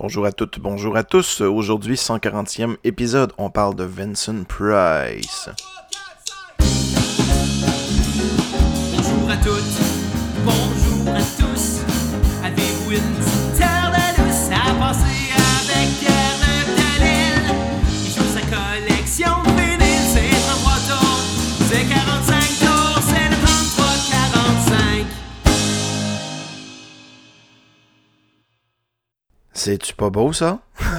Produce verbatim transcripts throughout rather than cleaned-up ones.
Bonjour à toutes, bonjour à tous. Aujourd'hui, cent quarantième épisode, on parle de Vincent Price. Bonjour à toutes, bonjour à tous. Avez-vous une petite terre de douce à passer avec Pierre de Lille? Il joue sa collection de vinyles, c'est trente-trois tours, c'est quarante-cinq tours, c'est le trente-trois quarante-cinq. C'est-tu pas beau, ça?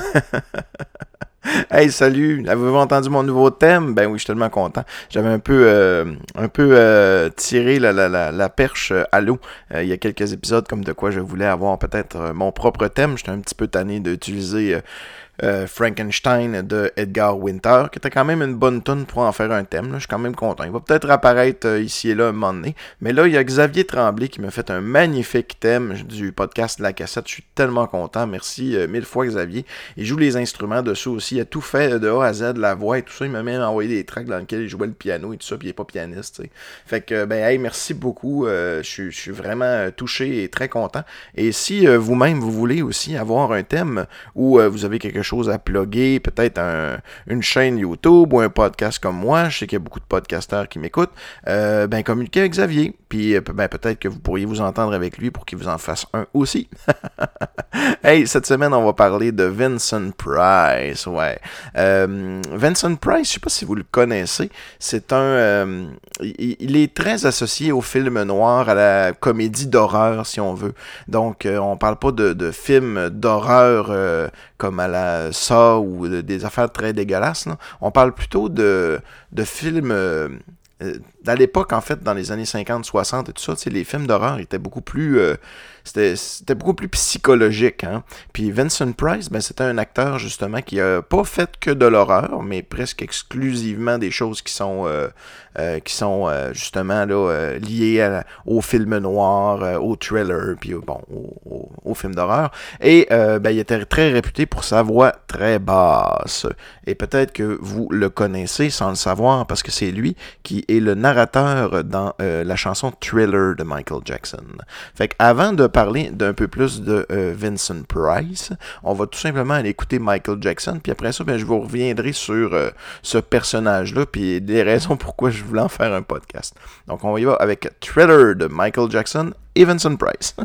Hey, salut! Avez-vous entendu mon nouveau thème? Ben oui, je suis tellement content. J'avais un peu, euh, un peu euh, tiré la, la, la, la perche à l'eau euh, il y a quelques épisodes, comme de quoi je voulais avoir peut-être euh, mon propre thème. J'étais un petit peu tanné d'utiliser... Euh, Euh, Frankenstein de Edgar Winter, qui était quand même une bonne toune pour en faire un thème. Là. Je suis quand même content. Il va peut-être apparaître euh, ici et là un moment donné. Mais là, il y a Xavier Tremblay qui m'a fait un magnifique thème du podcast La Cassette. Je suis tellement content. Merci euh, mille fois, Xavier. Il joue les instruments dessus aussi. Il a tout fait de A à Z, la voix et tout ça. Il m'a même envoyé des tracks dans lesquels il jouait le piano et tout ça, puis il n'est pas pianiste. T'sais. Fait que, ben, hey, merci beaucoup. Euh, je suis vraiment euh, touché et très content. Et si euh, vous-même, vous voulez aussi avoir un thème où euh, vous avez quelque chose à plugger, peut-être un, une chaîne YouTube ou un podcast comme moi, je sais qu'il y a beaucoup de podcasteurs qui m'écoutent, euh, ben communiquez avec Xavier, puis ben, peut-être que vous pourriez vous entendre avec lui pour qu'il vous en fasse un aussi. Hey, cette semaine, on va parler de Vincent Price, ouais. Euh, Vincent Price, je sais pas si vous le connaissez, c'est un... Euh, il, il est très associé au film noir, à la comédie d'horreur, si on veut. Donc, euh, on parle pas de, de films d'horreur euh, comme à la Saw ou de, des affaires très dégueulasses, là. On parle plutôt de, de films... Euh, euh, à l'époque, en fait, dans les années cinquante soixante et tout ça, les films d'horreur étaient beaucoup plus... Euh, C'était, c'était beaucoup plus psychologique. Hein? Puis Vincent Price, ben, c'était un acteur justement qui a pas fait que de l'horreur, mais presque exclusivement des choses qui sont euh, euh, qui sont euh, justement là euh, liées à, au film noir, euh, au thriller, puis bon, au, au, au film d'horreur. Et euh, ben, il était très réputé pour sa voix très basse. Et peut-être que vous le connaissez sans le savoir, parce que c'est lui qui est le narrateur dans euh, la chanson Thriller de Michael Jackson. Fait qu'avant de parler d'un peu plus de euh, Vincent Price, on va tout simplement aller écouter Michael Jackson, puis après ça, ben, je vous reviendrai sur euh, ce personnage-là, puis des raisons pourquoi je voulais en faire un podcast. Donc on y va avec Thriller de Michael Jackson et Vincent Price.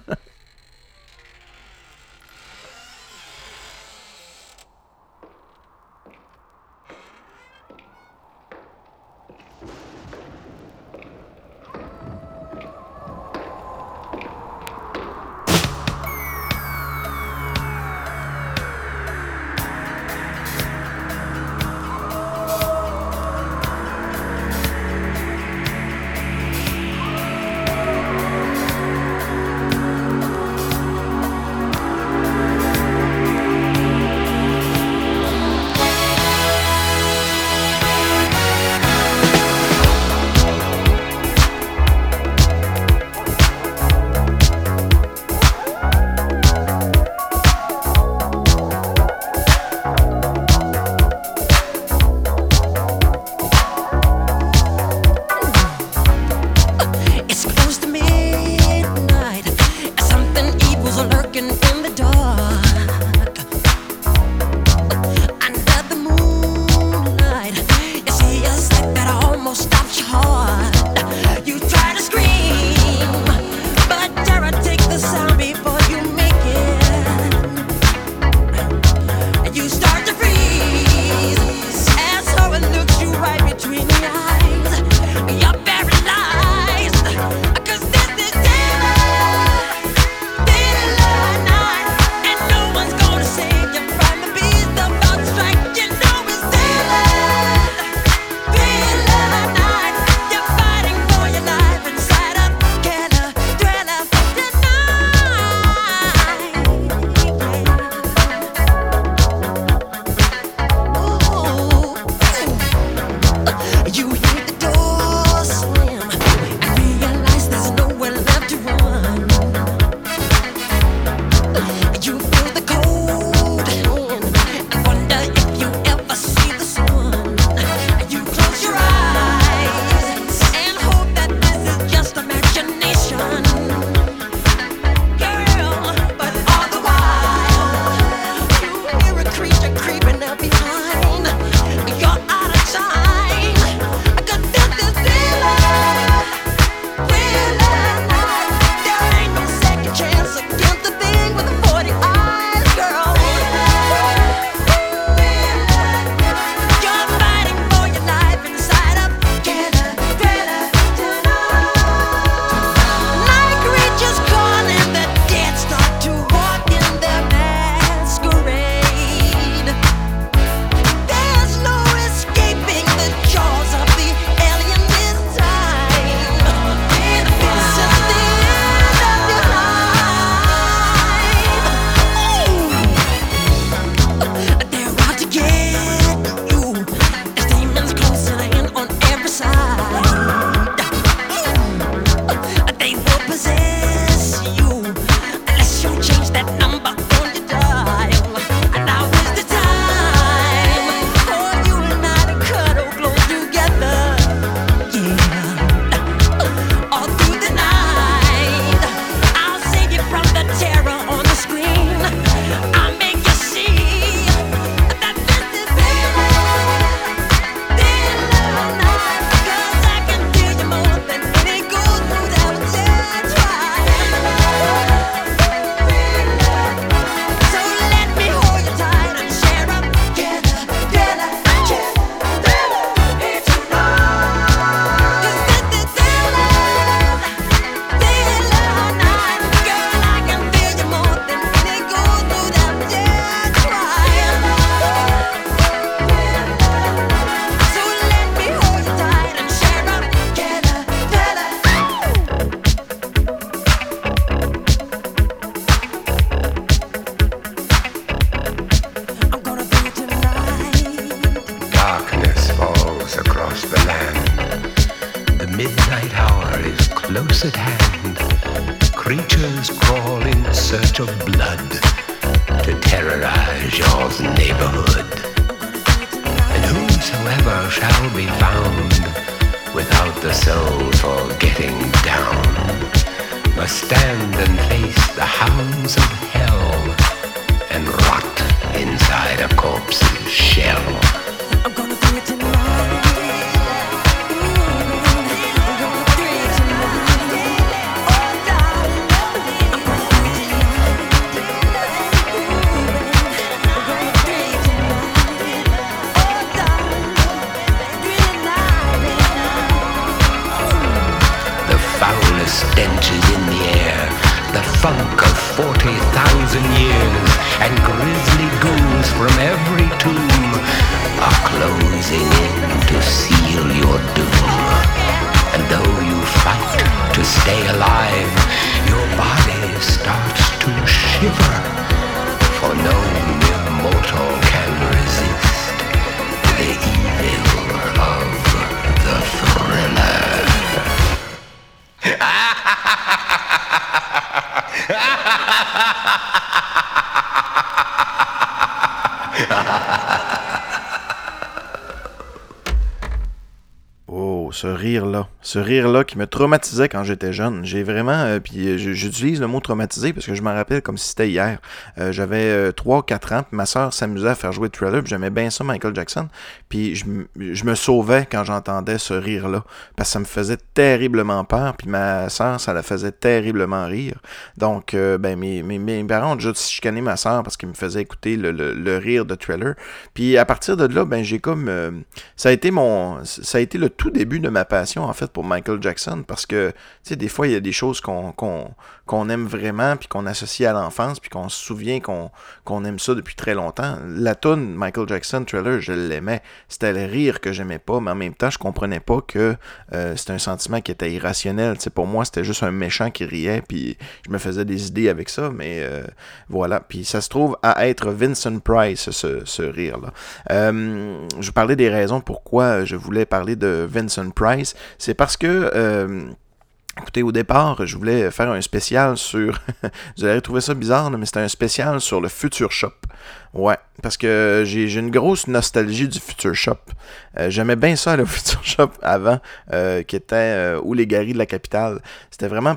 at hand, creatures crawl in search of blood to terrorize your neighborhood. And whosoever shall be found without the soul for getting down must stand and face the hounds of hell and rot inside a corpse's shell. I'm gonna do it tonight. Stench is in the air, the funk of forty thousand years, and grisly ghouls from every tomb are closing in to seal your doom. And though you fight to stay alive, your body starts to shiver, for no mere mortal can resist the evil of the thriller. Oh, ce rire-là. Ce rire-là qui me traumatisait quand j'étais jeune. J'ai vraiment... Euh, puis euh, j'utilise le mot traumatisé parce que je m'en rappelle comme si c'était hier. Euh, j'avais euh, trois quatre ans, puis ma soeur s'amusait à faire jouer Thriller, puis j'aimais bien ça, Michael Jackson. Puis je, je me sauvais quand j'entendais ce rire-là, parce que ça me faisait terriblement peur, puis ma soeur, ça la faisait terriblement rire. Donc, euh, ben mes, mes, mes parents ont déjà chicané ma soeur parce qu'ils me faisaient écouter le, le, le rire de Thriller. Puis à partir de là, ben j'ai comme... Euh, ça a été mon... Ça a été le tout début de ma passion, en fait, pour Michael Jackson, parce que, tu sais, des fois, il y a des choses qu'on, qu'on, qu'on aime vraiment, puis qu'on associe à l'enfance, puis qu'on se souvient qu'on, qu'on aime ça depuis très longtemps. La toune Michael Jackson, Thriller, je l'aimais. C'était le rire que j'aimais pas, mais en même temps, je comprenais pas que euh, c'était un sentiment qui était irrationnel. Tu sais, pour moi, c'était juste un méchant qui riait, puis je me faisais des idées avec ça, mais euh, voilà. Puis ça se trouve à être Vincent Price, ce, ce rire-là. Euh, je parlais des raisons pourquoi je voulais parler de Vincent Price. C'est parce que... Euh, Écoutez, au départ, je voulais faire un spécial sur... Vous allez trouver ça bizarre, mais c'était un spécial sur le Future Shop. Ouais, parce que j'ai, j'ai une grosse nostalgie du Future Shop. Euh, j'aimais bien ça, le Future Shop, avant, euh, qui était euh, où les galeries de la capitale. C'était vraiment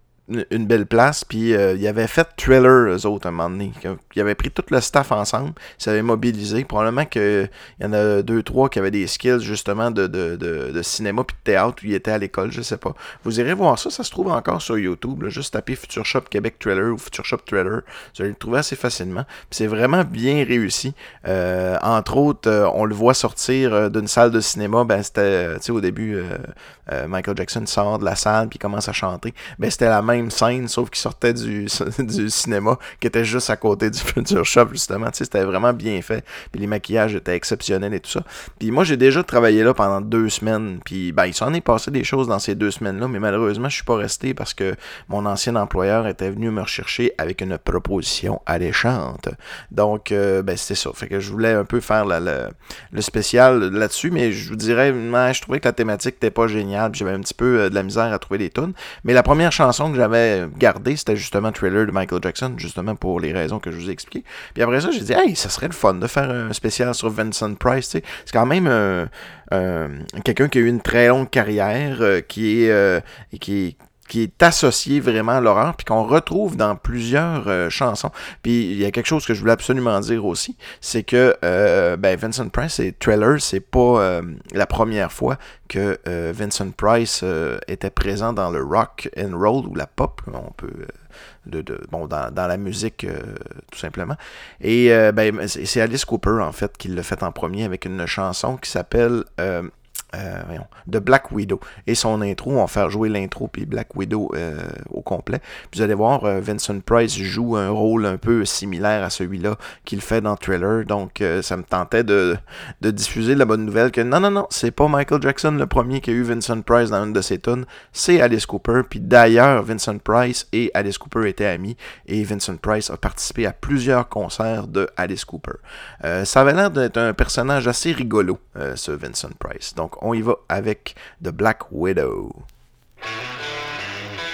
une belle place, puis euh, ils avaient fait Thriller, eux autres, un moment donné. Ils avaient pris tout le staff ensemble, ils s'avaient mobilisé. Probablement qu'il y en a deux, trois qui avaient des skills, justement, de, de, de, de cinéma puis de théâtre, où ils étaient à l'école, je sais pas. Vous irez voir ça, ça se trouve encore sur YouTube, là, juste taper Future Shop Québec Thriller ou Future Shop Thriller. Vous allez le trouver assez facilement. Puis c'est vraiment bien réussi. Euh, entre autres, euh, on le voit sortir euh, d'une salle de cinéma, ben c'était, euh, tu sais, au début, euh, euh, Michael Jackson sort de la salle puis commence à chanter. Ben c'était la même scène, sauf qu'il sortait du, du cinéma, qui était juste à côté du Future Shop, justement. Tu sais, c'était vraiment bien fait. Puis les maquillages étaient exceptionnels et tout ça. Puis moi, j'ai déjà travaillé là pendant deux semaines. Puis ben, il s'en est passé des choses dans ces deux semaines-là, mais malheureusement, je suis pas resté parce que mon ancien employeur était venu me rechercher avec une proposition alléchante. Donc, euh, ben, c'était ça. Fait que je voulais un peu faire la, la, le spécial là-dessus, mais je vous dirais, ouais, je trouvais que la thématique n'était pas géniale. Puis j'avais un petit peu de la misère à trouver des tunes. Mais la première chanson que j'avais gardé, c'était justement Thriller de Michael Jackson, justement pour les raisons que je vous ai expliquées. Puis après ça, j'ai dit, hey, ça serait le fun de faire un spécial sur Vincent Price, tu sais. C'est quand même un, un, quelqu'un qui a eu une très longue carrière, euh, qui est, euh, qui est qui est associé vraiment à l'horreur, puis qu'on retrouve dans plusieurs euh, chansons. Puis il y a quelque chose que je voulais absolument dire aussi, c'est que euh, ben, Vincent Price et Thriller, c'est pas euh, la première fois que euh, Vincent Price euh, était présent dans le rock and roll ou la pop, on peut... Euh, De, de, bon, dans, dans la musique, euh, tout simplement. Et euh, ben, c'est, c'est Alice Cooper, en fait, qui l'a fait en premier avec une chanson qui s'appelle euh, euh, voyons, The Black Widow. Et son intro, on va faire jouer l'intro puis Black Widow euh, au complet. Puis vous allez voir, euh, Vincent Price joue un rôle un peu similaire à celui-là qu'il fait dans Thriller. Donc, euh, ça me tentait de, de diffuser la bonne nouvelle que non, non, non, c'est pas Michael Jackson le premier qui a eu Vincent Price dans une de ses tunes, c'est Alice Cooper. Puis d'ailleurs, Vincent Price et Alice Cooper étaient amis et Vincent Price a participé à plusieurs concerts de Alice Cooper. Euh, ça avait l'air d'être un personnage assez rigolo, euh, ce Vincent Price. Donc, on y va avec The Black Widow.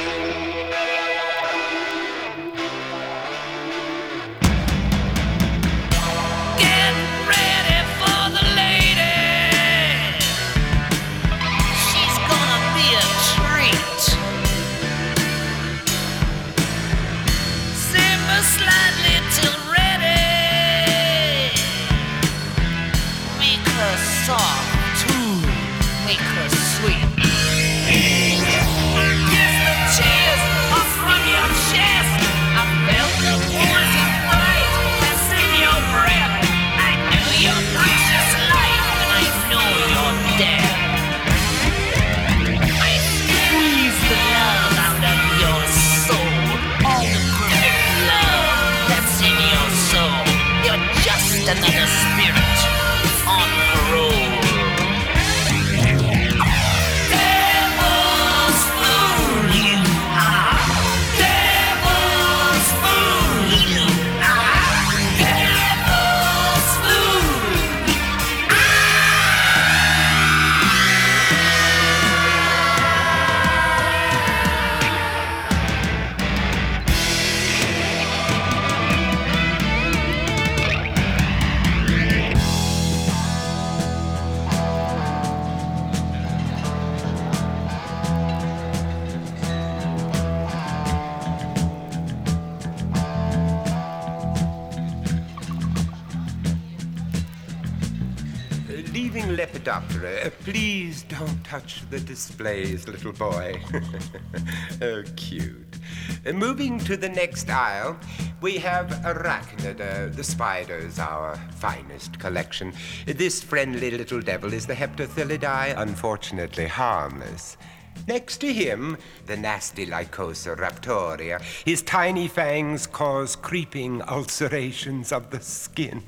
Get ready for the lady. She's gonna be a treat. Simmer slightly till ready. Make her soft, too. Make her sweet. Kiss the tears up from your chest. I felt the poison fight that's in your breath. I knew your precious life, and I know you're dead. I squeezed the love out of your soul, all the perfect love that's in your soul. You're just another spirit on parole. Devil's fool, you are. Devil's fool, you are. Devil's fool. Leaving Lepidoptera, uh, please don't touch the displays, little boy. Oh, cute. Uh, moving to the next aisle, we have Arachnida, the spiders, our finest collection. This friendly little devil is the Heptathylidae, unfortunately harmless. Next to him, the nasty Lycosa raptoria. His tiny fangs cause creeping ulcerations of the skin.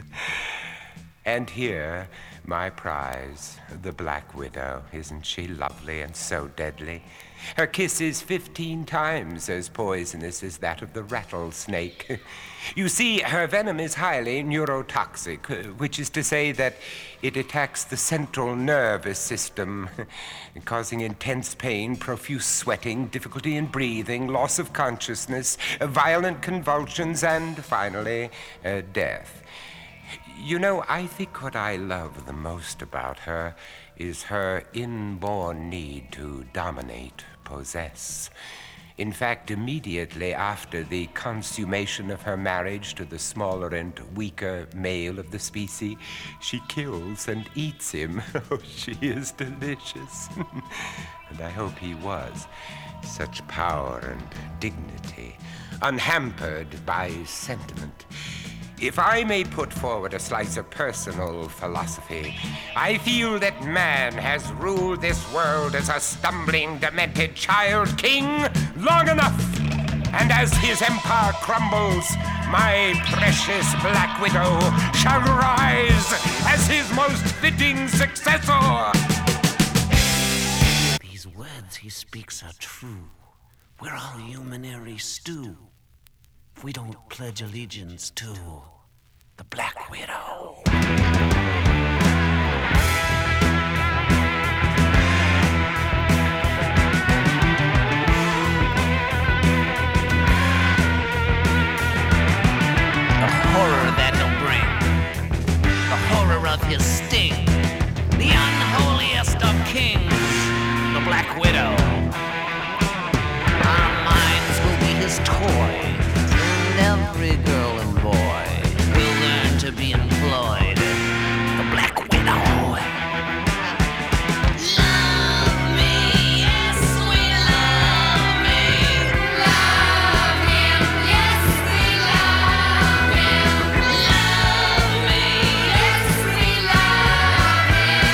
And here, my prize, the Black Widow. Isn't she lovely and so deadly? Her kiss is fifteen times as poisonous as that of the rattlesnake. You see, her venom is highly neurotoxic, which is to say that it attacks the central nervous system, causing intense pain, profuse sweating, difficulty in breathing, loss of consciousness, violent convulsions, and finally, uh, death. You know, I think what I love the most about her is her inborn need to dominate, possess. In fact, immediately after the consummation of her marriage to the smaller and weaker male of the species, she kills and eats him. Oh, she is delicious. And I hope he was. Such power and dignity, unhampered by sentiment. If I may put forward a slice of personal philosophy, I feel that man has ruled this world as a stumbling, demented child king long enough. And as his empire crumbles, my precious Black Widow shall rise as his most fitting successor. These words he speaks are true. We're all humanary stew. If we don't pledge allegiance to the Black Widow. The horror that he'll bring, the horror of his sting, the unholiest of kings, the Black Widow. Our minds will be his toy. Every girl and boy will learn to be employed. The Black Widow. Love me, yes, we love me. Love him, yes, we love him. Love me, yes, we love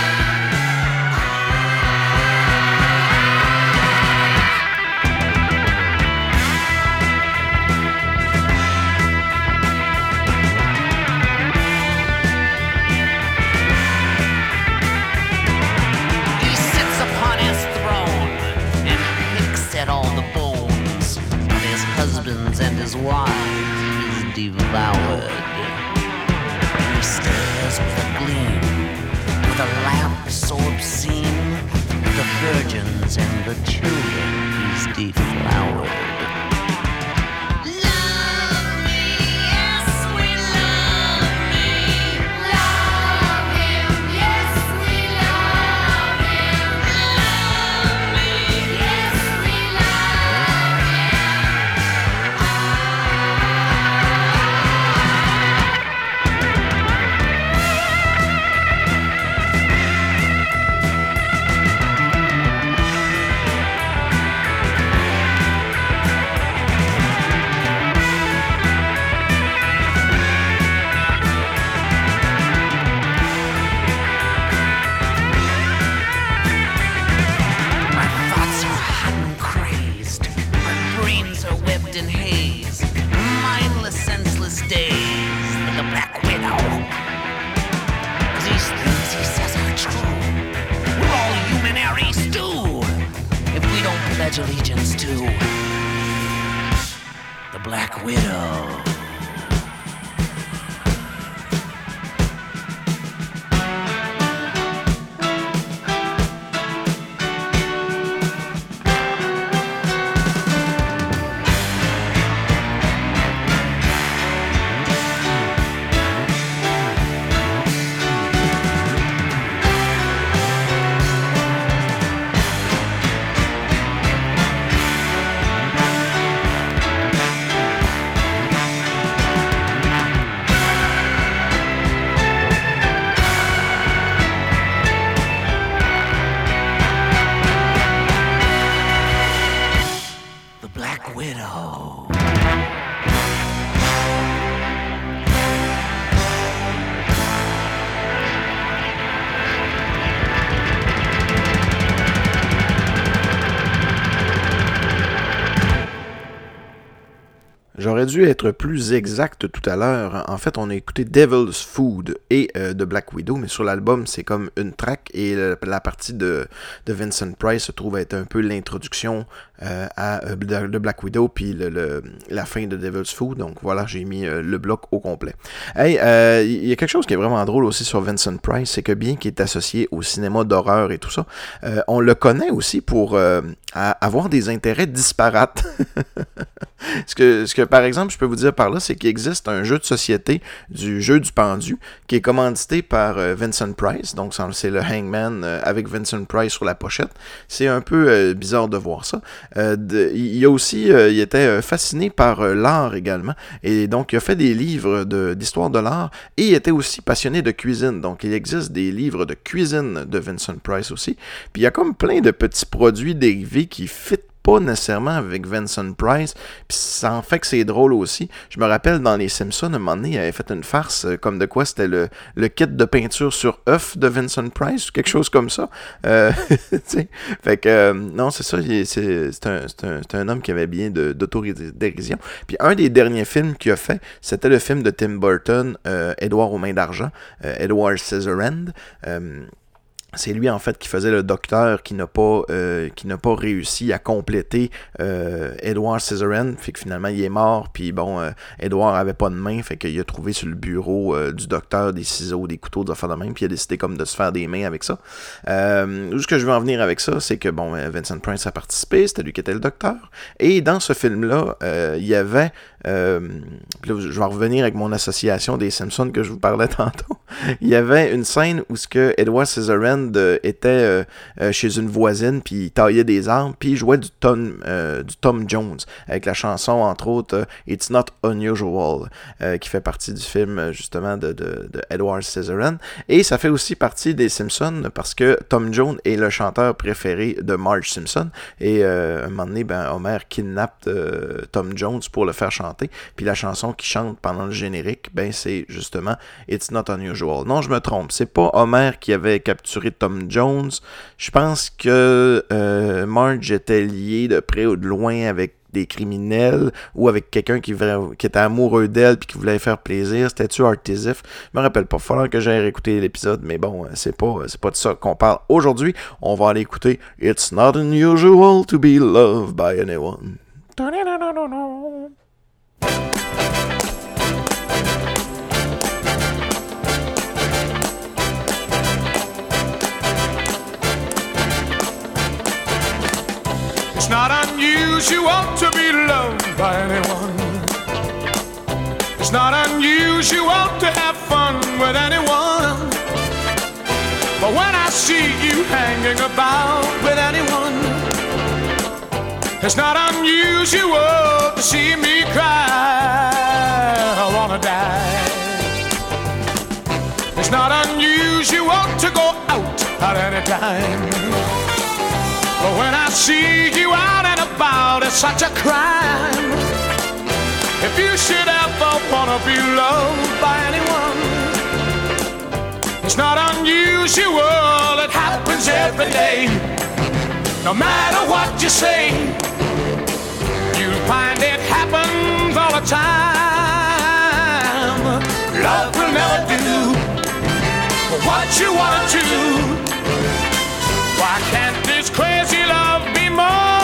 husbands and his wives is devoured. He stares with a gleam, with a lamp so obscene, the virgins and the children he's deflowered. Allegiance to the Black Widow. J'aurais dû être plus exact tout à l'heure. En fait, on a écouté Devil's Food et euh, de Black Widow, mais sur l'album, c'est comme une track et le, la partie de, de Vincent Price se trouve être un peu l'introduction euh, à euh, de Black Widow puis le, le, la fin de Devil's Food. Donc voilà, j'ai mis euh, le bloc au complet. Hey, euh, il y a quelque chose qui est vraiment drôle aussi sur Vincent Price, c'est que bien qu'il est associé au cinéma d'horreur et tout ça, euh, on le connaît aussi pour euh, avoir des intérêts disparates. ce que, ce que par exemple, je peux vous dire par là, c'est qu'il existe un jeu de société du jeu du pendu qui est commandité par euh, Vincent Price. Donc, c'est le Hangman euh, avec Vincent Price sur la pochette. C'est un peu euh, bizarre de voir ça. Euh, de, il y a aussi, euh, il était euh, fasciné par euh, l'art également. Et donc, il a fait des livres de, d'histoire de l'art et il était aussi passionné de cuisine. Donc, il existe des livres de cuisine de Vincent Price aussi. Puis, il y a comme plein de petits produits dérivés qui fit pas nécessairement avec Vincent Price, puis ça en fait que c'est drôle aussi. Je me rappelle dans les Simpsons, à un moment donné, il avait fait une farce euh, comme de quoi c'était le, le kit de peinture sur œuf de Vincent Price, ou quelque chose comme ça. Euh, fait que, euh, non, c'est ça, c'est, c'est, un, c'est, un, c'est un homme qui avait bien de, d'autodérision. Puis un des derniers films qu'il a fait, c'était le film de Tim Burton, euh, Édouard aux mains d'argent, euh, Edward Scissorhands. Euh, C'est lui, en fait, qui faisait le docteur qui n'a pas euh, qui n'a pas réussi à compléter euh, Edward Scissorhands. Fait que finalement, il est mort. Puis bon, euh, Edward avait pas de main. Fait qu'il a trouvé sur le bureau euh, du docteur des ciseaux, des couteaux, des affaires de même. Puis il a décidé comme de se faire des mains avec ça. Euh, où ce que je veux en venir avec ça, c'est que bon, Vincent Price a participé. C'était lui qui était le docteur. Et dans ce film-là, euh, il y avait... Euh, là, je vais revenir avec mon association des Simpsons que je vous parlais tantôt. Il y avait une scène où ce que Edward Scissorhands euh, était euh, euh, chez une voisine, puis il taillait des arbres, puis il jouait du Tom, euh, du Tom Jones, avec la chanson, entre autres, euh, It's Not Unusual, euh, qui fait partie du film, justement, de, de, de Edward Scissorhands. Et ça fait aussi partie des Simpsons, parce que Tom Jones est le chanteur préféré de Marge Simpson, et euh, à un moment donné, ben, Homer kidnappe euh, Tom Jones pour le faire chanter. Puis la chanson qu'il chante pendant le générique, ben c'est justement It's Not Unusual. Non, je me trompe, c'est pas Homer qui avait capturé Tom Jones. Je pense que euh, Marge était lié de près ou de loin avec des criminels ou avec quelqu'un qui, qui était amoureux d'elle puis qui voulait faire plaisir. C'était-tu Artisif? Je me rappelle pas. Il va falloir que j'aille réécouter l'épisode, mais bon, c'est pas, c'est pas de ça qu'on parle aujourd'hui. On va aller écouter It's Not Unusual to be loved by anyone. It's not unusual to be loved by anyone. It's not unusual to have fun with anyone. But when I see you hanging about with anyone, it's not unusual to see me cry. I wanna die. It's not unusual to go out at any time. But when I see you out and about, it's such a crime. If you should ever wanna be loved by anyone, it's not unusual, it happens every day. No matter what you say, you'll find it happens all the time. Love will never do what you want to. Why can't this crazy love be more?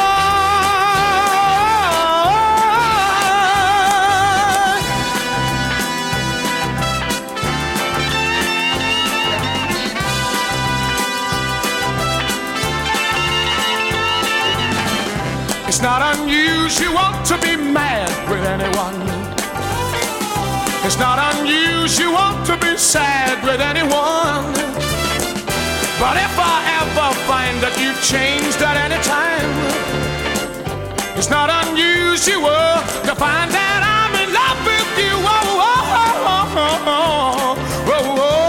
It's not unusual to be mad with anyone. It's not unusual to be sad with anyone. But if I ever find that you've changed at any time, it's not unusual to find that I'm in love with you. Oh, oh, oh, oh, oh, oh, oh.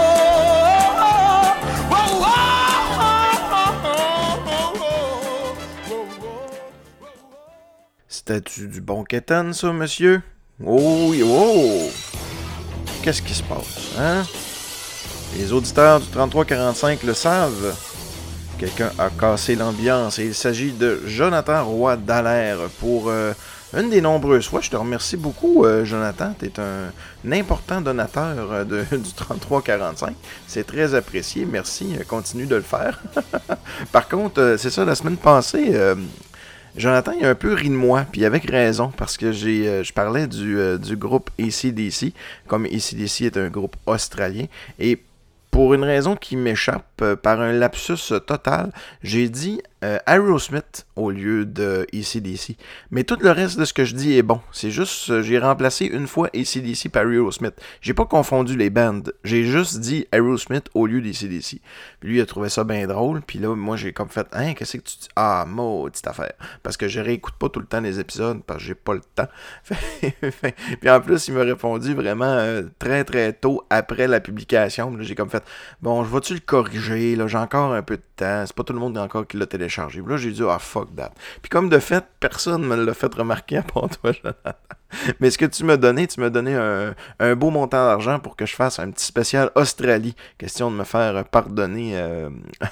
C'était-tu du bon kétan, ça, monsieur? Oh, oui, oh! Qu'est-ce qui se passe, hein? Les auditeurs du trente-trois quarante-cinq le savent. Quelqu'un a cassé l'ambiance et il s'agit de Jonathan Roy Dallaire pour euh, une des nombreuses fois. Je te remercie beaucoup, euh, Jonathan. Tu es un, un important donateur euh, de, du trente-trois quarante-cinq. C'est très apprécié. Merci. Continue de le faire. Par contre, euh, c'est ça, la semaine passée... Euh, Jonathan, il a un peu ri de moi, puis avec raison, parce que j'ai, euh, je parlais du, euh, du groupe A C D C, comme A C D C est un groupe australien, et pour une raison qui m'échappe, euh, par un lapsus total, j'ai dit euh, Aerosmith au lieu de A C D C. Mais tout le reste de ce que je dis est bon. C'est juste, euh, j'ai remplacé une fois A C D C par Aerosmith. J'ai pas confondu les bands. J'ai juste dit Aerosmith au lieu d'A C D C. Puis lui, il a trouvé ça bien drôle. Puis là, moi, j'ai comme fait, hein, qu'est-ce que tu dis? Ah, maudite affaire. Parce que je réécoute pas tout le temps les épisodes, parce que j'ai pas le temps. Puis en plus, il m'a répondu vraiment euh, très, très tôt après la publication. Puis là, j'ai comme fait, bon, je vais-tu le corriger? Là, j'ai encore un peu de temps. C'est pas tout le monde encore qui l'a téléchargé. Puis là, j'ai dit, ah, fuck that. Puis comme de fait, personne me l'a fait remarquer à part toi, Jonathan. Mais ce que tu m'as donné, tu m'as donné un, un beau montant d'argent pour que je fasse un petit spécial Australie. Question de me faire pardonner. Euh...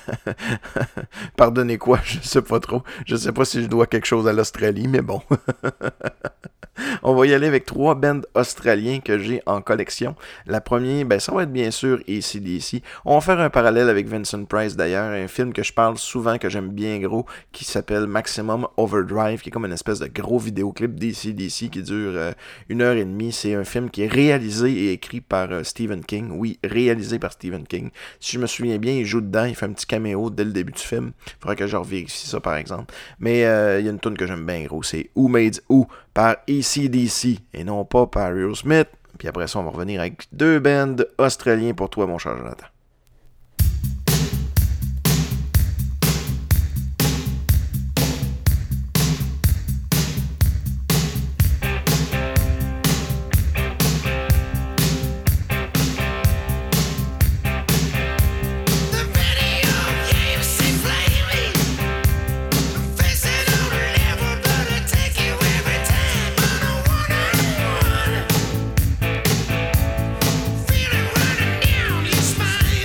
pardonner quoi? Je sais pas trop. Je sais pas si je dois quelque chose à l'Australie, mais bon. On va y aller avec trois bands australiens que j'ai en collection. La première, ben ça va être bien sûr A C D C. On va faire un parallèle avec Vincent Price d'ailleurs, un film que je parle souvent, que j'aime bien gros, qui s'appelle Maximum Overdrive, qui est comme une espèce de gros vidéoclip d'A C D C qui dure euh, une heure et demie. C'est un film qui est réalisé et écrit par euh, Stephen King. Oui, réalisé par Stephen King. Si je me souviens bien, il joue dedans, il fait un petit caméo dès le début du film. Il faudrait que je revérifie ça par exemple. Mais euh, il y a une tune que j'aime bien gros, c'est Who Made Who par A C D C et non pas par Aerosmith. Puis après ça, on va revenir avec deux bands australiens pour toi, mon cher Jonathan. Feeling running down your spine.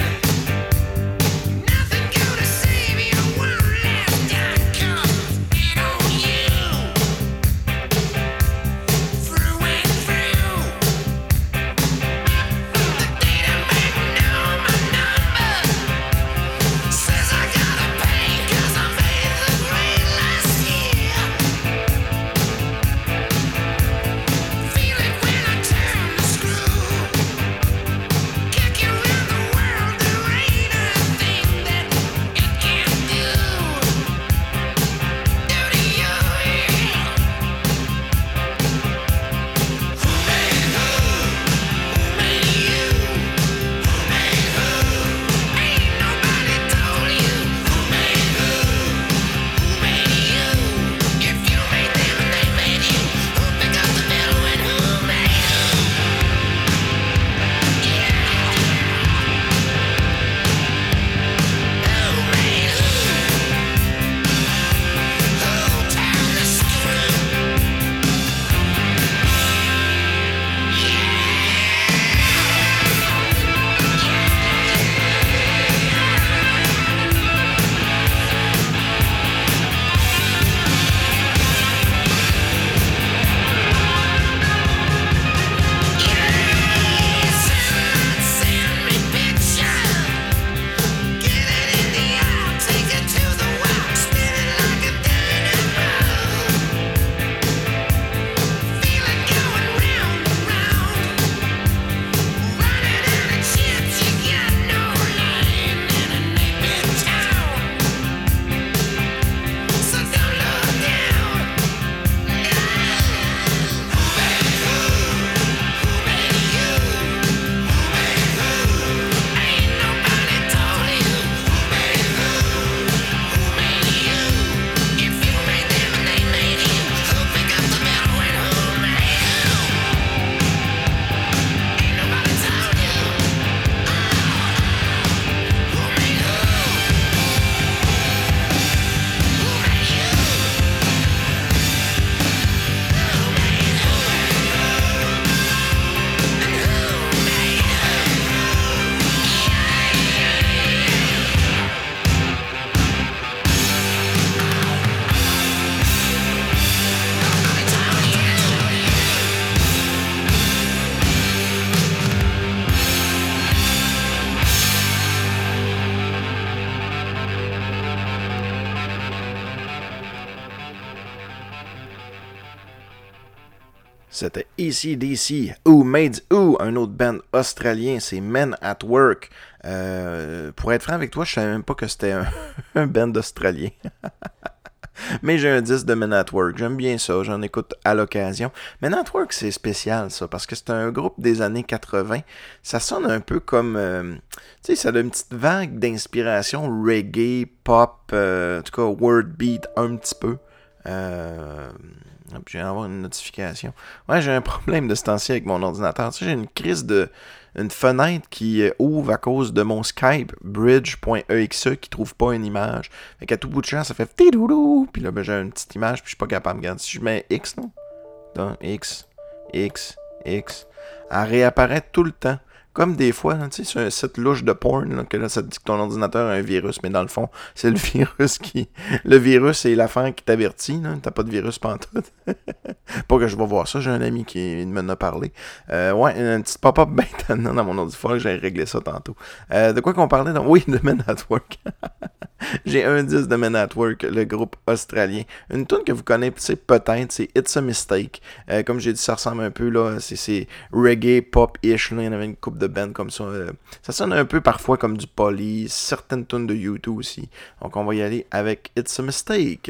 C'était A C D C, Who Made Who, un autre band australien, c'est Men at Work. Euh, pour être franc avec toi, je savais même pas que c'était un, un band australien. Mais j'ai un disque de Men at Work, j'aime bien ça, j'en écoute à l'occasion. Men at Work, c'est spécial ça, parce que c'est un groupe des années quatre-vingts. Ça sonne un peu comme, euh, tu sais, ça a une petite vague d'inspiration reggae, pop, euh, en tout cas word beat un petit peu. Euh... Je viens d'avoir une notification. Ouais, j'ai un problème de ce temps-ci avec mon ordinateur. Tu sais, j'ai une crise de... une fenêtre qui ouvre à cause de mon Skype, bridge.exe, qui trouve pas une image. Fait qu'à tout bout de champ, ça fait tidoudou. Puis là, ben, j'ai une petite image, puis je suis pas capable. Regarde, si je mets X, non? Donc, X, X, X. Elle réapparaît tout le temps. Comme des fois, tu sais, sur un site louche de porn, là, que là, ça te dit que ton ordinateur a un virus, mais dans le fond, c'est le virus qui... Le virus, c'est l'affaire qui t'avertit, là. T'as pas de virus pantoute. Pas que je vais voir ça, j'ai un ami qui m'en a parlé. Euh, ouais, une petite pop-up maintenant dans mon ordi, que j'ai réglé ça tantôt. Euh, de quoi qu'on parlait? Dans... Oui, de Men at Work. J'ai un disque de Men at Work, le groupe australien. Une tune que vous connaissez peut-être, c'est It's a Mistake. Euh, comme j'ai dit, ça ressemble un peu, là, c'est, c'est reggae, pop-ish, là. Il y en avait une couple de bands comme ça. Euh, ça sonne un peu parfois comme du Police, certaines tunes de U deux aussi. Donc on va y aller avec It's a Mistake.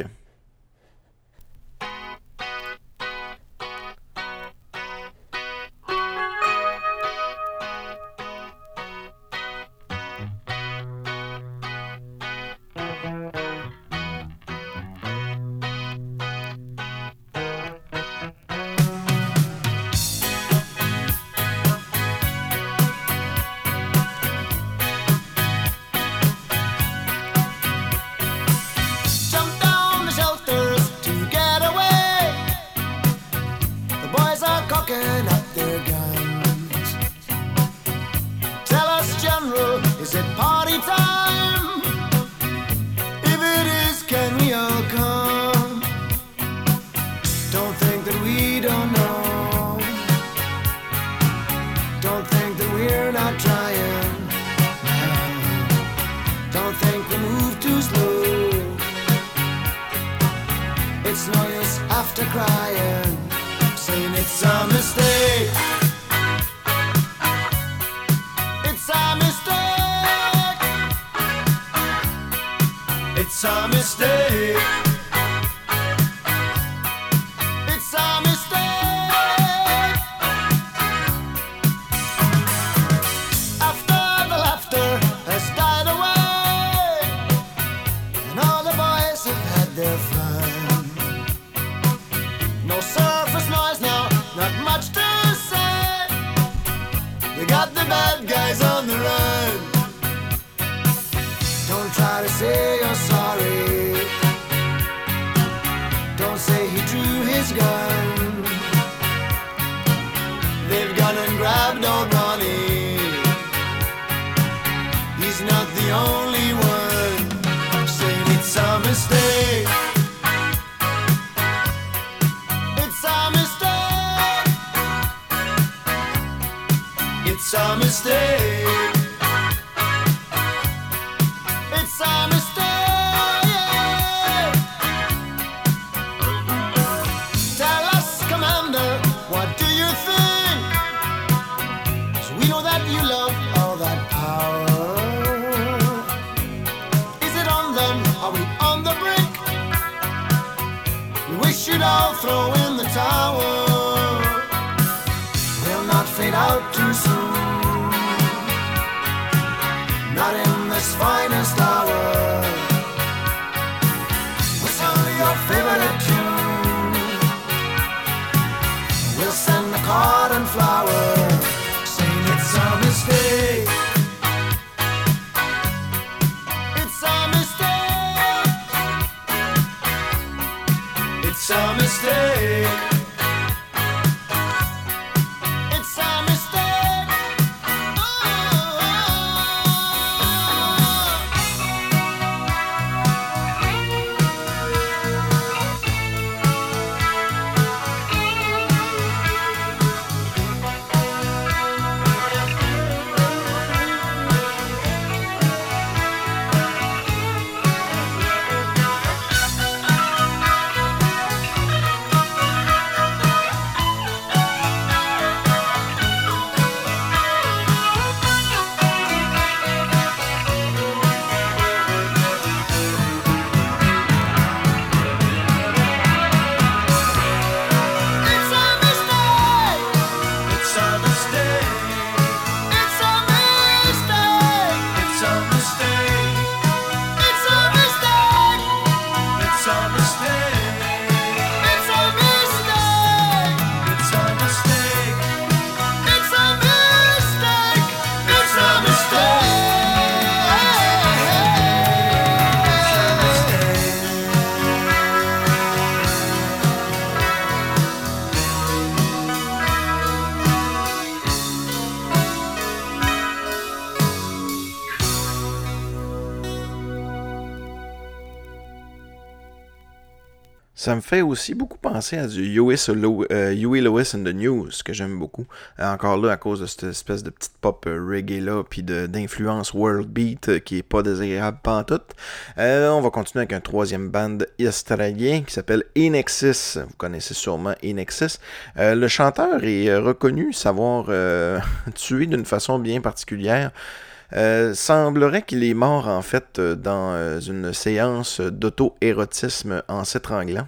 Ça me fait aussi beaucoup penser à du Huey, Lo- euh, Huey Lewis and the News, que j'aime beaucoup. Euh, encore là, à cause de cette espèce de petite pop euh, reggae-là, puis de, d'influence world beat euh, qui est pas désagréable pantoute. Euh, on va continuer avec un troisième band australien qui s'appelle Inexis. Vous connaissez sûrement Inexis. Euh, le chanteur est euh, reconnu savoir euh, tuer d'une façon bien particulière. Euh, semblerait qu'il est mort en fait dans euh, une séance d'auto-érotisme en s'étranglant.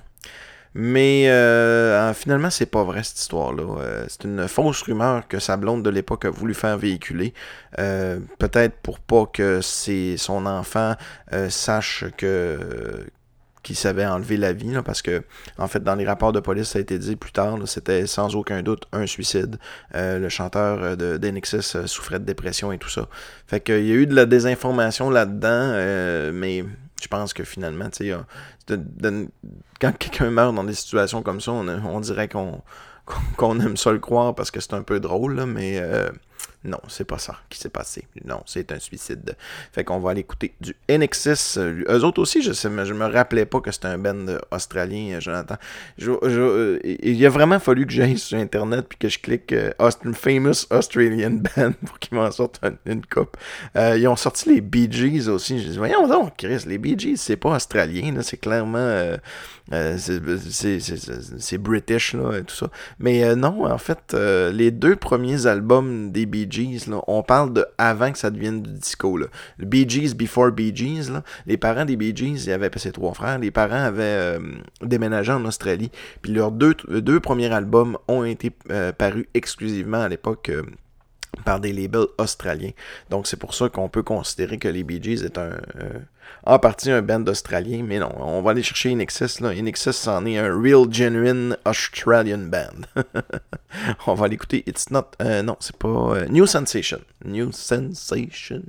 Mais euh, finalement, c'est pas vrai cette histoire-là. Euh, c'est une fausse rumeur que sa blonde de l'époque a voulu faire véhiculer. Euh, peut-être pour pas que c'est son enfant euh, sache que qu'il savait enlever la vie, là, parce que en fait dans les rapports de police ça a été dit plus tard, là, c'était sans aucun doute un suicide. Euh, le chanteur de d'Inexis euh, souffrait de dépression et tout ça. Fait qu'il y a eu de la désinformation là-dedans, euh, mais je pense que finalement, tu sais, de, de, quand quelqu'un meurt dans des situations comme ça, on, on dirait qu'on, qu'on aime ça le croire parce que c'est un peu drôle, là, mais euh, non, c'est pas ça qui s'est passé. Non, c'est un suicide. Fait qu'on va aller écouter du Inexis. Eux autres aussi, je sais, je me rappelais pas que c'était un band australien, Jonathan. Je, je, il a vraiment fallu que j'aille sur Internet puis que je clique euh, Aust- Famous Australian Band pour qu'ils m'en sortent une, une coupe. Euh, ils ont sorti les Bee Gees aussi. J'ai dit, voyons donc, Chris, les Bee Gees, c'est pas australien, là, c'est clairement... Euh, Euh, c'est, c'est, c'est, c'est, c'est British là et tout ça, mais euh, non, en fait euh, les deux premiers albums des Bee Gees là, on parle de avant que ça devienne du disco là. Le Bee Gees Before Bee Gees là, les parents des Bee Gees, il y avait ses trois frères, les parents avaient euh, déménagé en Australie, puis leurs deux, deux premiers albums ont été euh, parus exclusivement à l'époque euh, par des labels australiens. Donc c'est pour ça qu'on peut considérer que les Bee Gees est un euh, en partie un band australien, mais non, on va aller chercher Inexis là. Inexis c'en est un real genuine Australian band. On va l'écouter. It's not euh, non, c'est pas euh, New Sensation. New Sensation.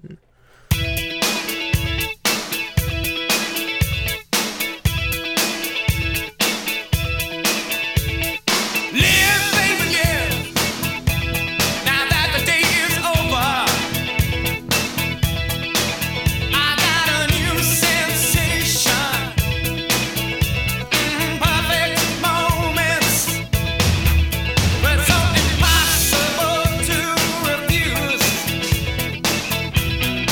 Impossible to refuse.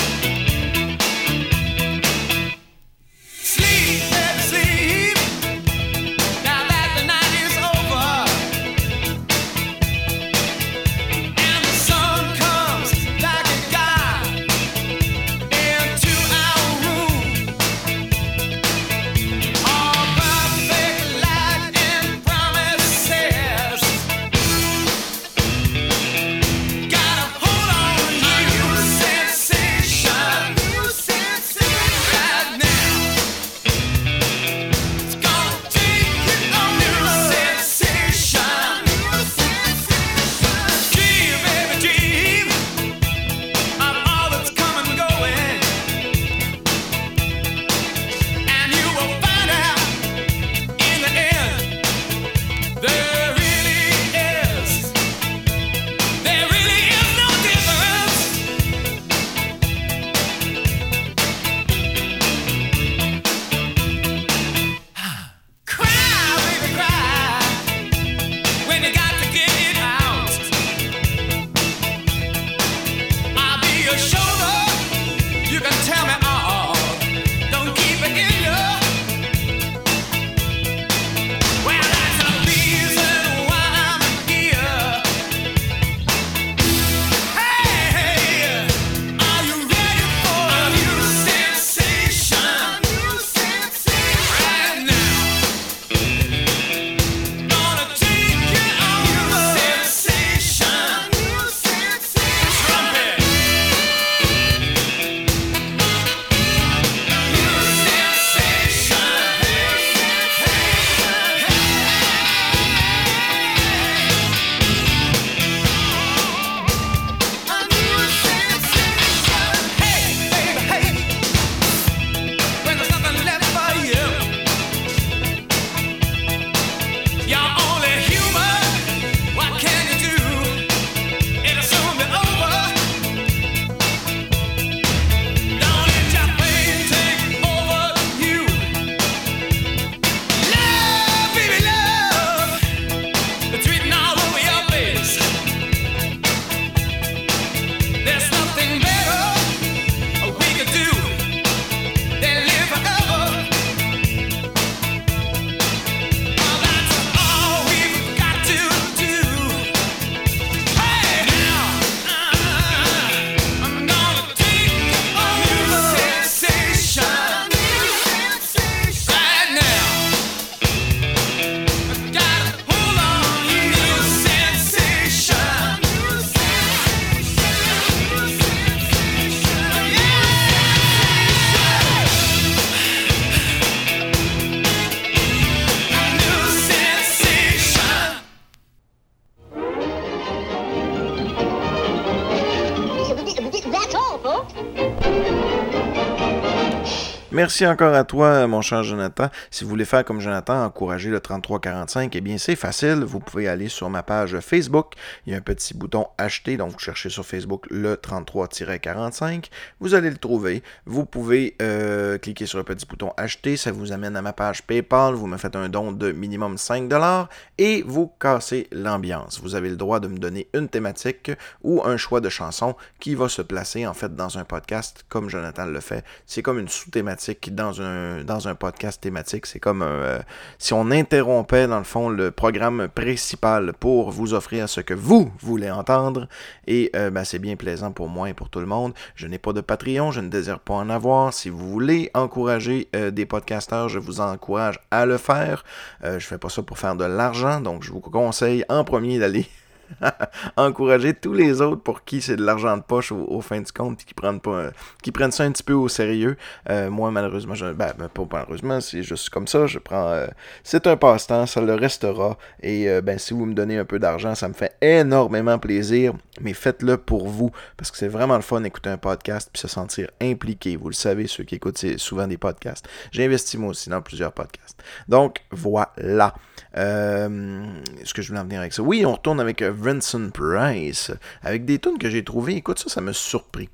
Merci encore à toi, mon cher Jonathan. Si vous voulez faire comme Jonathan, encourager le trente-trois quarante-cinq, eh bien, c'est facile. Vous pouvez aller sur ma page Facebook. Il y a un petit bouton « Acheter », donc vous cherchez sur Facebook le trente-trois quarante-cinq. Vous allez le trouver. Vous pouvez euh, cliquer sur le petit bouton « Acheter ». Ça vous amène à ma page PayPal. Vous me faites un don de minimum cinq dollars et vous cassez l'ambiance. Vous avez le droit de me donner une thématique ou un choix de chanson qui va se placer, en fait, dans un podcast comme Jonathan le fait. C'est comme une sous-thématique dans un, dans un podcast thématique. C'est comme un, euh, si on interrompait, dans le fond, le programme principal pour vous offrir ce que vous voulez entendre. Et euh, ben, c'est bien plaisant pour moi et pour tout le monde. Je n'ai pas de Patreon, je ne désire pas en avoir. Si vous voulez encourager euh, des podcasteurs, je vous encourage à le faire. Euh, je fais pas ça pour faire de l'argent, donc je vous conseille en premier d'aller encourager tous les autres pour qui c'est de l'argent de poche au, au fin du compte, puis qui prennent pas, euh, qui prennent ça un petit peu au sérieux. Euh, moi, malheureusement, je, ben, ben, pas malheureusement, c'est juste comme ça. Je prends, euh, c'est un passe-temps, ça le restera. Et euh, ben, si vous me donnez un peu d'argent, ça me fait énormément plaisir. Mais faites-le pour vous, parce que c'est vraiment le fun d'écouter un podcast puis se sentir impliqué. Vous le savez, ceux qui écoutent souvent des podcasts. J'ai investi moi aussi dans plusieurs podcasts. Donc voilà. Euh, est-ce que je voulais en venir avec ça? Oui, on retourne avec Vincent Price, avec des tunes que j'ai trouvées. Écoute, ça, ça m'a surpris.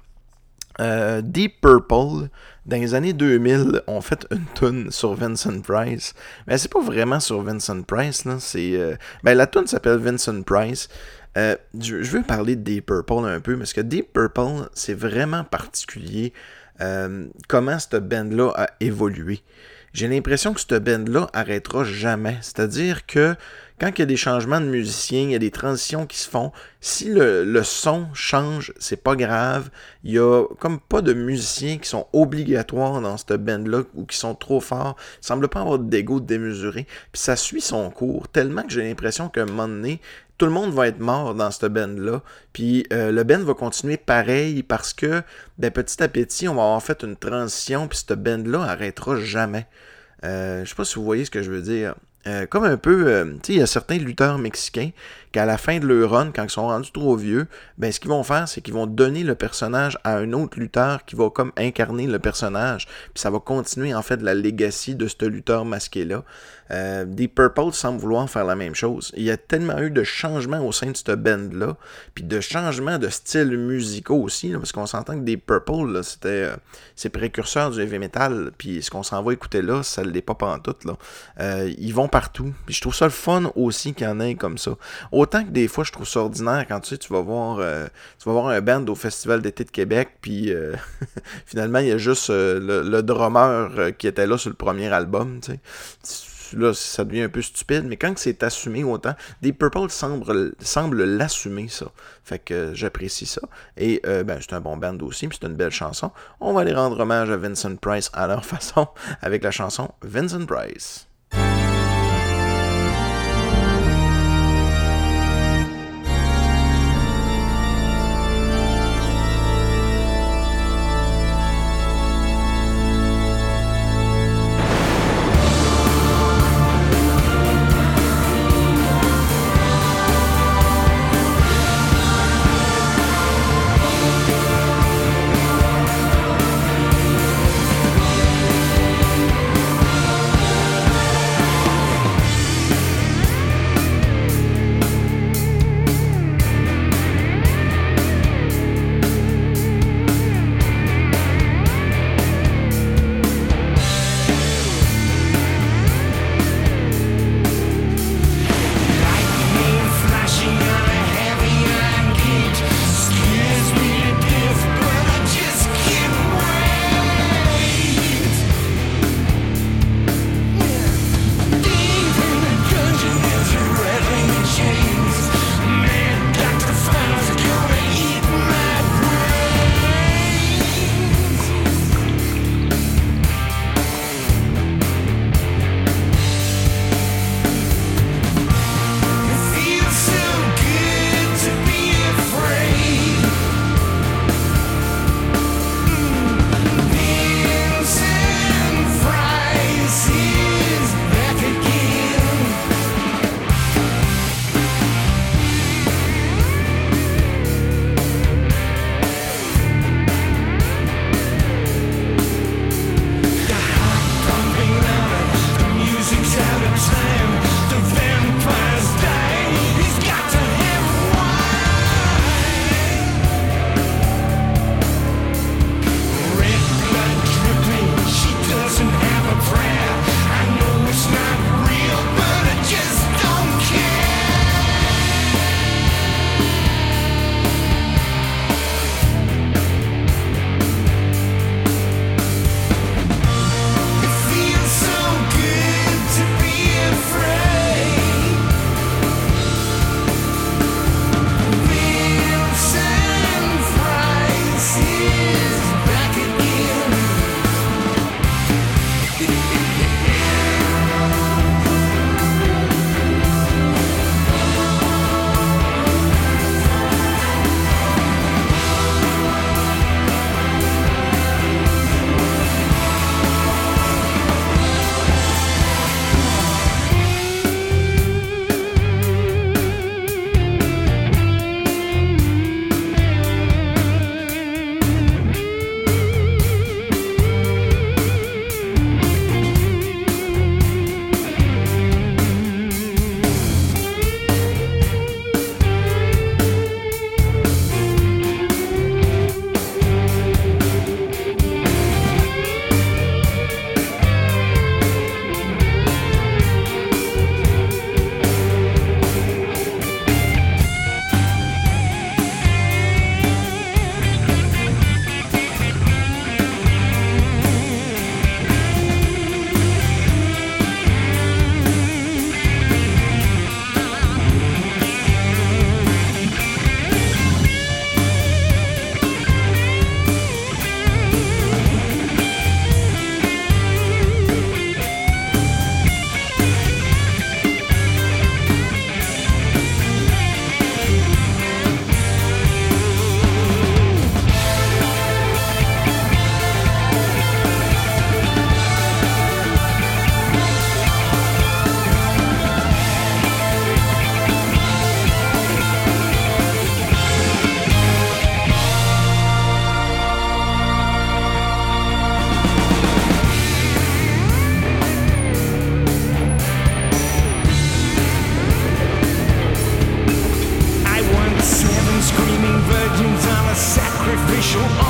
Euh, Deep Purple, dans les années deux mille, ont fait une tune sur Vincent Price. Mais c'est pas vraiment sur Vincent Price, là. C'est, euh, ben, la tune s'appelle Vincent Price. Euh, je, je veux parler de Deep Purple un peu, parce que Deep Purple, c'est vraiment particulier. Euh, comment cette band-là a évolué. J'ai l'impression que cette band-là arrêtera jamais. C'est-à-dire que quand il y a des changements de musiciens, il y a des transitions qui se font, si le, le son change, c'est pas grave. Il y a comme pas de musiciens qui sont obligatoires dans cette band-là ou qui sont trop forts. Il semble pas avoir d'ego démesuré. Puis ça suit son cours tellement que j'ai l'impression qu'à un moment donné, tout le monde va être mort dans cette band-là. Puis euh, le band va continuer pareil parce que ben, petit à petit, on va avoir fait une transition puis cette band-là arrêtera jamais. Euh, je sais pas si vous voyez ce que je veux dire. Euh, comme un peu, euh, tu sais, il y a certains lutteurs mexicains qu'à la fin de leur run, quand ils sont rendus trop vieux, ben ce qu'ils vont faire, c'est qu'ils vont donner le personnage à un autre lutteur qui va comme incarner le personnage, puis ça va continuer en fait la legacy de ce lutteur masqué-là. Euh, Deep Purple semble vouloir faire la même chose. Il y a tellement eu de changements au sein de cette band-là, puis de changements de styles musicaux aussi, là, parce qu'on s'entend que Deep Purple, là, c'était euh, c'est précurseur du heavy metal, puis ce qu'on s'en va écouter là, ça l'est pas pantoute, là. Euh, ils vont partout, puis je trouve ça le fun aussi qu'il y en ait comme ça. Autant que des fois, je trouve ça ordinaire quand tu sais, tu vas voir, euh, tu vas voir un band au Festival d'été de Québec, puis euh, finalement, il y a juste euh, le, le drummer euh, qui était là sur le premier album, tu sais. Là, ça devient un peu stupide, mais quand c'est assumé autant, Deep Purple semble, semble l'assumer, ça. Fait que euh, j'apprécie ça. Et euh, ben, c'est un bon band aussi, puis c'est une belle chanson. On va aller rendre hommage à Vincent Price à leur façon, avec la chanson Vincent Price. Vincent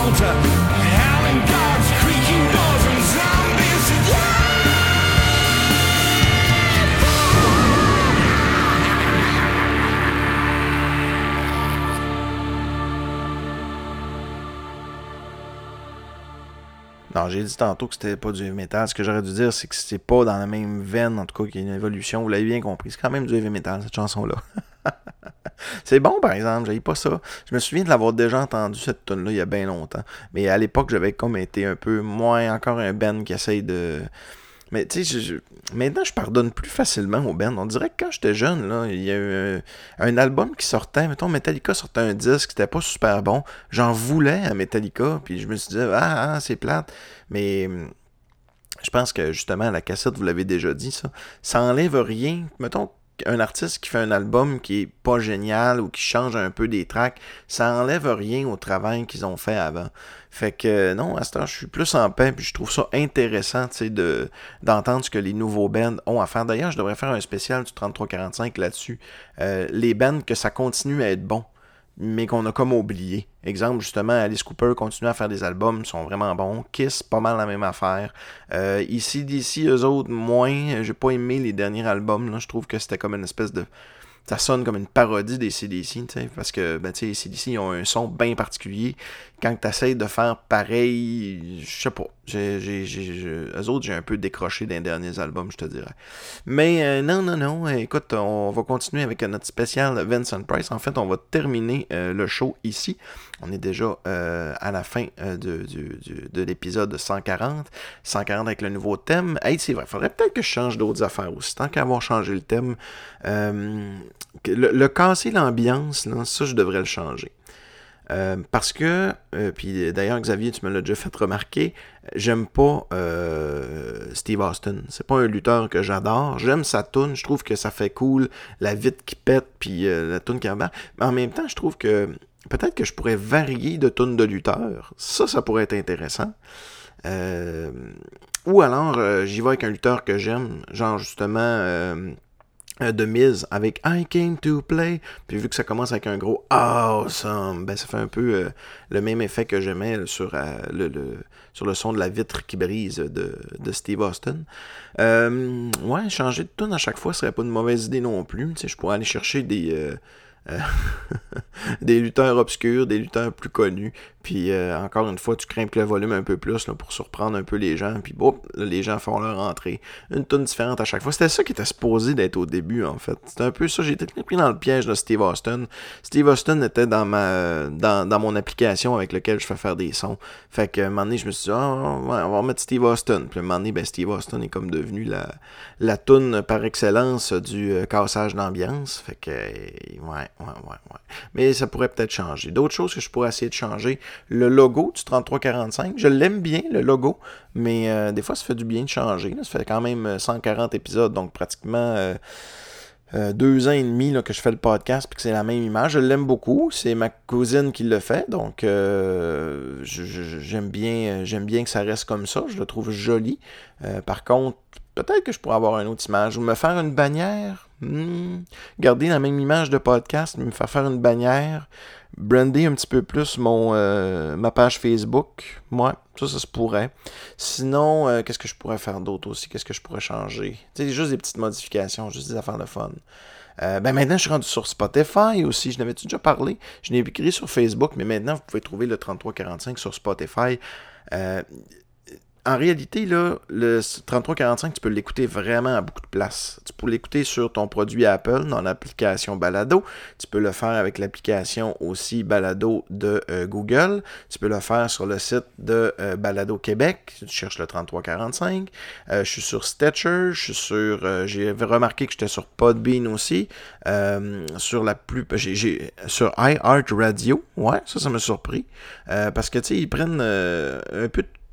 want. Howling guards, creaking doors, and zombies. Yeah! Non, j'ai dit tantôt que c'était pas du heavy metal. Ce que j'aurais dû dire, c'est que c'est pas dans la même veine, en tout cas, qu'il y a une évolution. Vous l'avez bien compris. C'est quand même du heavy metal, cette chanson-là. C'est bon, par exemple, j'avais pas ça. Je me souviens de l'avoir déjà entendu, cette tune-là, il y a bien longtemps. Mais à l'époque, j'avais comme été un peu moins encore un band qui essaye de... Mais tu sais, je, je... maintenant, je pardonne plus facilement aux bands. On dirait que quand j'étais jeune, là, il y a eu un, un album qui sortait. Mettons, Metallica sortait un disque qui était pas super bon. J'en voulais à Metallica, puis je me suis dit, ah, ah c'est plate. Mais je pense que, justement, la cassette, vous l'avez déjà dit, ça, ça enlève rien. Mettons, un artiste qui fait un album qui est pas génial ou qui change un peu des tracks, ça enlève rien au travail qu'ils ont fait avant. Fait que non, à ce temps, je suis plus en paix, puis je trouve ça intéressant, tu sais, de, d'entendre ce que les nouveaux bands ont à faire. D'ailleurs, je devrais faire un spécial du trente-trois quarante-cinq là-dessus. Euh, les bands que ça continue à être bon, mais qu'on a comme oublié. Exemple, justement, Alice Cooper continue à faire des albums, ils sont vraiment bons. Kiss, pas mal la même affaire. Euh, ici, d'ici, eux autres, moins. J'ai pas aimé les derniers albums, là. Je trouve que c'était comme une espèce de... Ça sonne comme une parodie des A C D C, tu sais, parce que, ben, tu sais, A C D C, ils ont un son bien particulier. Quand tu essaies de faire pareil, je sais pas. J'ai, j'ai, j'ai, eux autres, j'ai un peu décroché dans les derniers albums, je te dirais. Mais euh, non, non, non. Écoute, on va continuer avec notre spécial Vincent Price. En fait, on va terminer euh, le show ici. On est déjà euh, à la fin euh, de, de, de, de l'épisode cent quarante. cent quarante avec le nouveau thème. Hey, c'est vrai, faudrait peut-être que je change d'autres affaires aussi. Tant qu'à avoir changé le thème, euh, le, le casser l'ambiance, là, ça, je devrais le changer. Euh, parce que, euh, puis d'ailleurs Xavier, tu me l'as déjà fait remarquer, j'aime pas euh, Steve Austin. C'est pas un lutteur que j'adore. J'aime sa toune, je trouve que ça fait cool, la vitre qui pète, puis euh, la toune qui embarque. Mais en même temps, je trouve que peut-être que je pourrais varier de toune de lutteur. Ça, ça pourrait être intéressant. Euh, ou alors, euh, j'y vais avec un lutteur que j'aime, genre justement... Euh, de Miz avec I Came to Play, puis vu que ça commence avec un gros awesome, ben ça fait un peu euh, le même effet que j'aimais sur, euh, le, le, sur le son de la vitre qui brise de, de Steve Austin. Euh, ouais, changer de tune à chaque fois serait pas une mauvaise idée non plus. Tu sais, je pourrais aller chercher des euh, euh, des lutteurs obscurs, des lutteurs plus connus, puis euh, encore une fois, tu crampes le volume un peu plus là, pour surprendre un peu les gens, puis bon, là, les gens font leur entrée. Une tune différente à chaque fois. C'était ça qui était supposé d'être au début, en fait. C'était un peu ça. J'ai été pris dans le piège de Steve Austin. Steve Austin était dans ma dans, dans mon application avec laquelle je fais faire des sons. Fait que, un moment donné, je me suis dit, oh, ouais, on va remettre Steve Austin. Puis, un moment donné, ben, Steve Austin est comme devenu la, la tune par excellence du euh, cassage d'ambiance. Fait que, ouais, ouais, ouais, ouais. Mais ça pourrait peut-être changer. D'autres choses que je pourrais essayer de changer. Le logo du trente-trois quarante-cinq, je l'aime bien, le logo, mais euh, des fois, ça fait du bien de changer. Là. Ça fait quand même cent quarante épisodes, donc pratiquement euh, euh, deux ans et demi là, que je fais le podcast, puis que c'est la même image. Je l'aime beaucoup. C'est ma cousine qui le fait, donc euh, je, je, j'aime bien, j'aime bien que ça reste comme ça. Je le trouve joli. Euh, par contre, peut-être que je pourrais avoir une autre image. Ou me faire une bannière. Hmm. Garder la même image de podcast, mais me faire faire une bannière. Brander un petit peu plus mon euh, ma page Facebook. Ouais, ça, ça se pourrait. Sinon, euh, qu'est-ce que je pourrais faire d'autre aussi? Qu'est-ce que je pourrais changer? Tu sais, juste des petites modifications, juste des affaires de fun. Euh, ben maintenant, je suis rendu sur Spotify aussi. Je n'avais déjà parlé. Je l'ai écrit sur Facebook, mais maintenant, vous pouvez trouver le trente-trois quarante-cinq sur Spotify. Euh, En réalité, là, le trente-trois quarante-cinq, tu peux l'écouter vraiment à beaucoup de places. Tu peux l'écouter sur ton produit Apple, dans l'application Balado. Tu peux le faire avec l'application aussi Balado de euh, Google. Tu peux le faire sur le site de euh, Balado Québec. Tu cherches le trente-trois quarante-cinq. Euh, je suis sur Stitcher. Je suis sur... Euh, j'ai remarqué que j'étais sur Podbean aussi. Euh, sur la plus... J'ai, j'ai, sur iHeartRadio. Ouais, ça, ça m'a surpris. Euh, parce que, tu sais, ils prennent euh, un peu de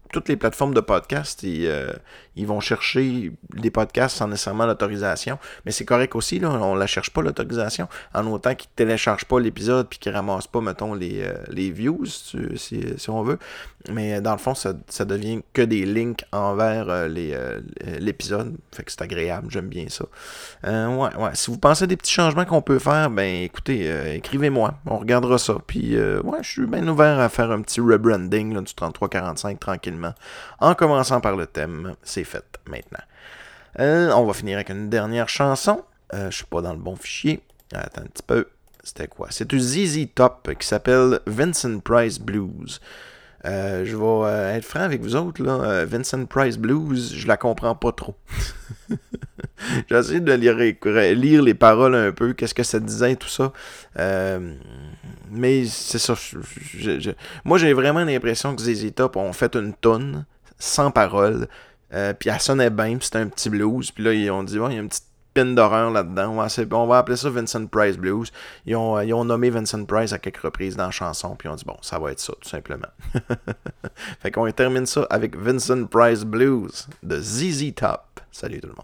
toutes les plateformes de podcast, ils, euh, ils vont chercher des podcasts sans nécessairement l'autorisation. Mais c'est correct aussi, là, on ne la cherche pas, l'autorisation, en autant qu'ils ne téléchargent pas l'épisode puis qu'ils ne ramassent pas, mettons, les, euh, les views, si, si, si on veut. Mais dans le fond, ça, ça devient que des links envers euh, les, euh, l'épisode. Fait que c'est agréable, j'aime bien ça. Euh, ouais, ouais. Si vous pensez à des petits changements qu'on peut faire, ben écoutez, euh, écrivez-moi. On regardera ça. Puis, euh, ouais, je suis bien ouvert à faire un petit rebranding là, du trente-trois quarante-cinq tranquillement. En commençant par le thème, c'est fait maintenant. Euh, on va finir avec une dernière chanson. Euh, je suis pas dans le bon fichier. Attends un petit peu. C'était quoi? C'est du Z Z Top qui s'appelle Vincent Price Blues. Euh, je vais euh, être franc avec vous autres, là. Euh, Vincent Price Blues, je la comprends pas trop. J'ai essayé de lire, lire les paroles un peu, qu'est-ce que ça disait, tout ça. Euh, mais c'est ça. Je, je, je, moi, j'ai vraiment l'impression que Z Z Top ont fait une toune sans paroles. Euh, puis elle sonnait bien, puis c'était un petit blues. Puis là, ils ont dit, ouais, il y a une petite pine d'horreur là-dedans. Ouais, c'est, on va appeler ça Vincent Price Blues. Ils ont, ils ont nommé Vincent Price à quelques reprises dans la chanson, puis ils ont dit, bon, ça va être ça, tout simplement. Fait qu'on termine ça avec Vincent Price Blues de Z Z Top. Salut tout le monde.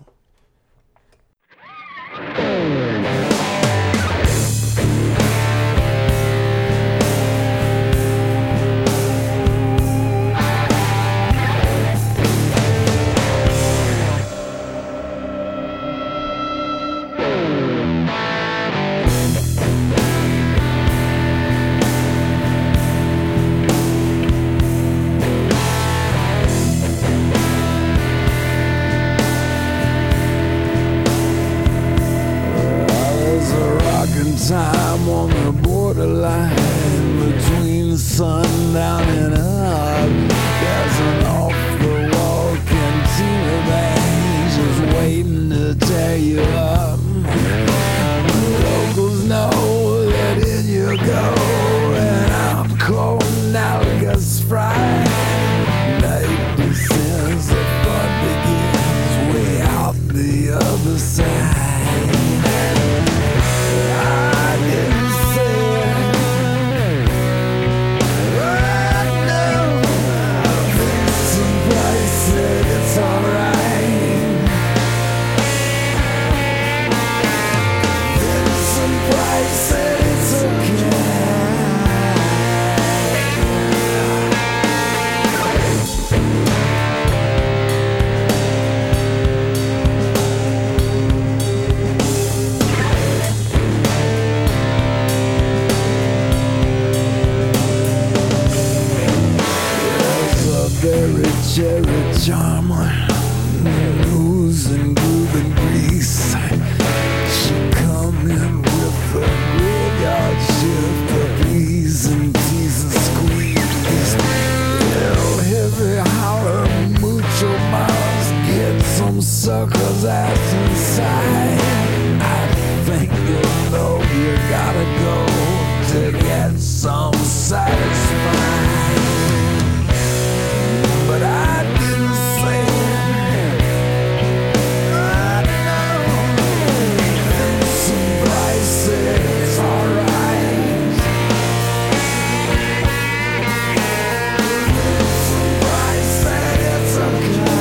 Time on the borderline between sundown and up. There's an off-the-wall cantina band just waiting to tear you up. The locals know that in you go, and I'm cold now gets fried. Night descends, the fun begins way out the other side. Cherry charmer, blues and groove and grease. She come in with a graveyard shift of P's and T's and squeeze. Little heavy holler, mucho miles, get some suckers ass inside. I think you know you gotta go to get some satisfied. But I didn't say it. I know somebody said it's alright. Somebody said it's okay.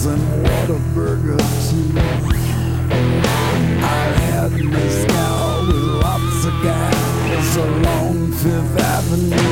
and Whataburger too. I had mezcal with lots of gals along Fifth Avenue.